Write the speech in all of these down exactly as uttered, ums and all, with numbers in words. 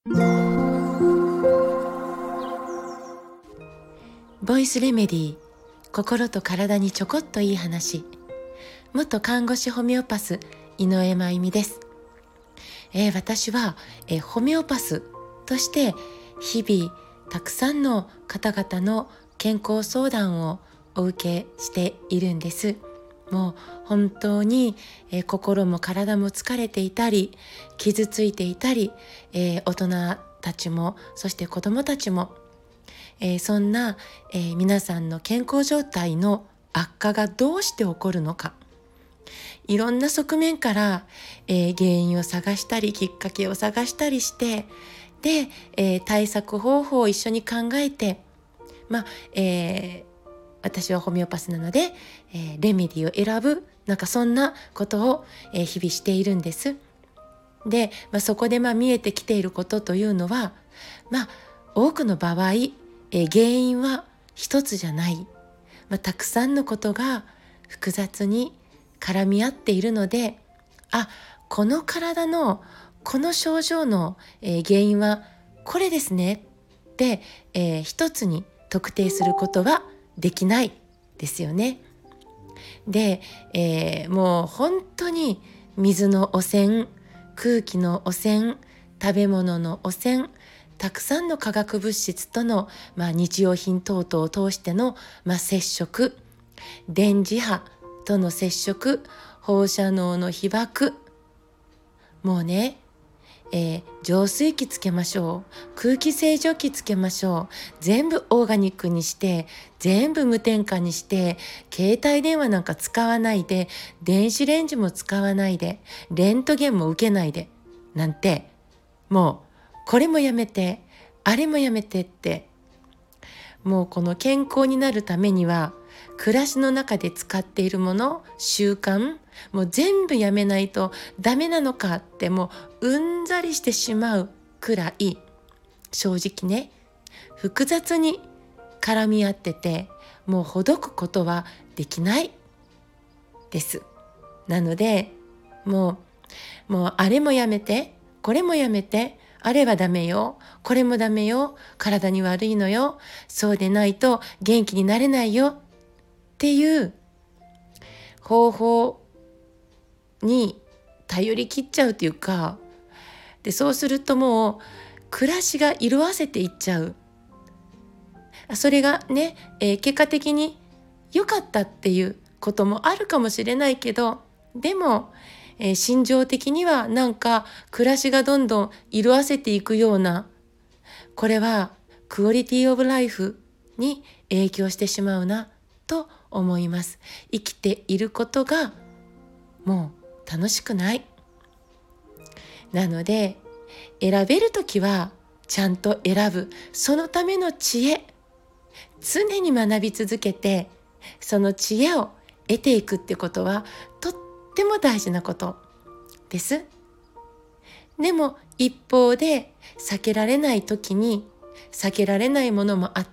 ボイスレメディー、心と体にちょこっといい話。元看護師ホメオパス井上真由美です。えー、私は、えー、ホメオパスとして日々たくさんの方々の健康相談をお受けしているんです。もう本当に、えー、心も体も疲れていたり傷ついていたり、えー、大人たちもそして子どもたちも、えー、そんな、えー、皆さんの健康状態の悪化がどうして起こるのか、いろんな側面から、えー、原因を探したりきっかけを探したりしてで、えー、対策方法を一緒に考えて、まあえー、私はホメオパスなので、えー、レメディを選ぶなんかそんなことを、えー、日々しているんです。で、まあ、そこでまあ見えてきていることというのは、まあ、多くの場合、えー、原因は一つじゃない、まあ、たくさんのことが複雑に絡み合っているので、あ、この体のこの症状の、えー、原因はこれですねって、えー、一つに特定することはできないですよね。で、えー、もう本当に水の汚染、空気の汚染、食べ物の汚染、たくさんの化学物質との、まあ、日用品等々を通しての、まあ、接触、電磁波との接触、放射能の被曝、もうね、えー、浄水器つけましょう、空気清浄機つけましょう、全部オーガニックにして全部無添加にして、携帯電話なんか使わないで、電子レンジも使わないで、レントゲンも受けないでなんて、もうこれもやめてあれもやめてって、もうこの健康になるためには暮らしの中で使っているもの、習慣、もう全部やめないとダメなのかって、もううんざりしてしまうくらい、正直ね、複雑に絡み合ってて、もうほどくことはできないです。なのでもうもうあれもやめてこれもやめて、あれはダメよ、これもダメよ、体に悪いのよ、そうでないと元気になれないよっていう方法に頼り切っちゃうというか、でそうするともう暮らしが色あせていっちゃう。それがね、えー、結果的に良かったっていうこともあるかもしれないけど、でも、えー、心情的にはなんか暮らしがどんどん色あせていくような、これはクオリティオブライフに影響してしまうなと思います。生きていることがもう楽しくない。なので選べるときはちゃんと選ぶ、そのための知恵、常に学び続けてその知恵を得ていくってことはとっても大事なことです。でも一方で避けられない時に避けられないものもあって、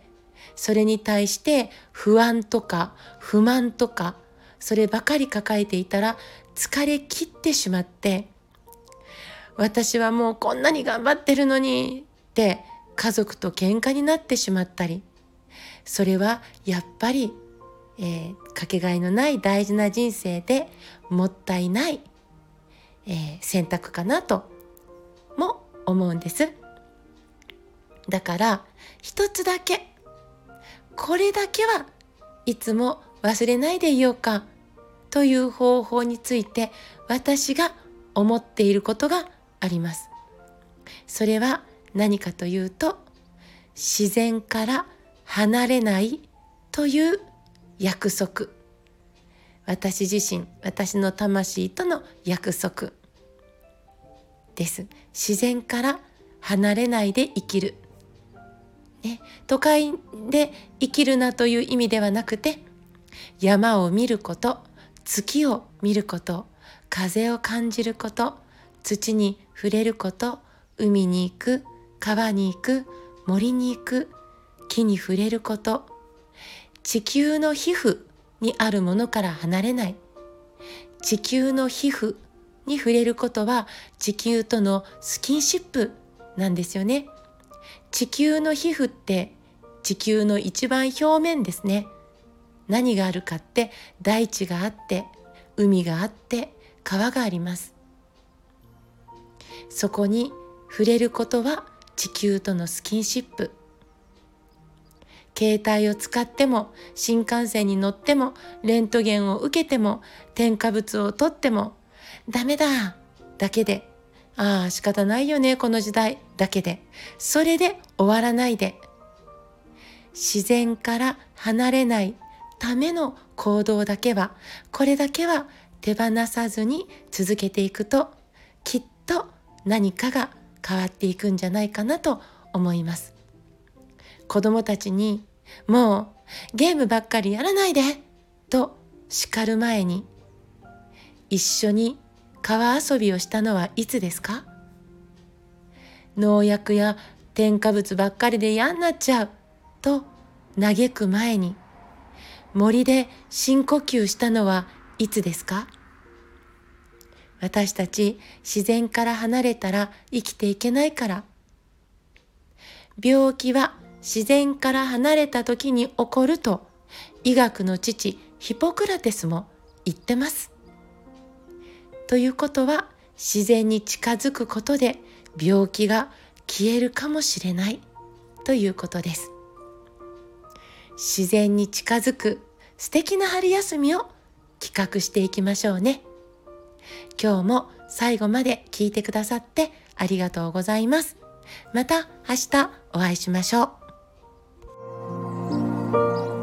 それに対して不安とか不満とかそればかり抱えていたら疲れ切ってしまって、私はもうこんなに頑張ってるのにって家族と喧嘩になってしまったり、それはやっぱり、えー、かけがえのない大事な人生でもったいない、えー、選択かなとも思うんです。だから一つだけ、これだけはいつも忘れないでいようかという方法について私が思っていることがあります。それは何かというと、自然から離れないという約束。私自身、私の魂との約束です。自然から離れないで生きる、ね、都会で生きるなという意味ではなくて、山を見ること、月を見ること、風を感じること、土に触れること、海に行く、川に行く、森に行く、木に触れること、地球の皮膚にあるものから離れない。地球の皮膚に触れることは地球とのスキンシップなんですよね。地球の皮膚って地球の一番表面ですね。何があるかって大地があって海があって川があります。そこに触れることは地球とのスキンシップ。携帯を使っても新幹線に乗ってもレントゲンを受けても添加物を取ってもダメだだけで、ああ仕方ないよねこの時代だけで、それで終わらないで、自然から離れないための行動だけは、これだけは手放さずに続けていくと、きっと何かが変わっていくんじゃないかなと思います。子供たちにもうゲームばっかりやらないでと叱る前に、一緒に川遊びをしたのはいつですか？農薬や添加物ばっかりで嫌になっちゃうと嘆く前に、森で深呼吸したのはいつですか？私たち自然から離れたら生きていけないから。病気は自然から離れた時に起こると医学の父ヒポクラテスも言ってます。ということは、自然に近づくことで病気が消えるかもしれないということです。自然に近づく素敵な春休みを企画していきましょうね。今日も最後まで聞いてくださってありがとうございます。また明日お会いしましょう。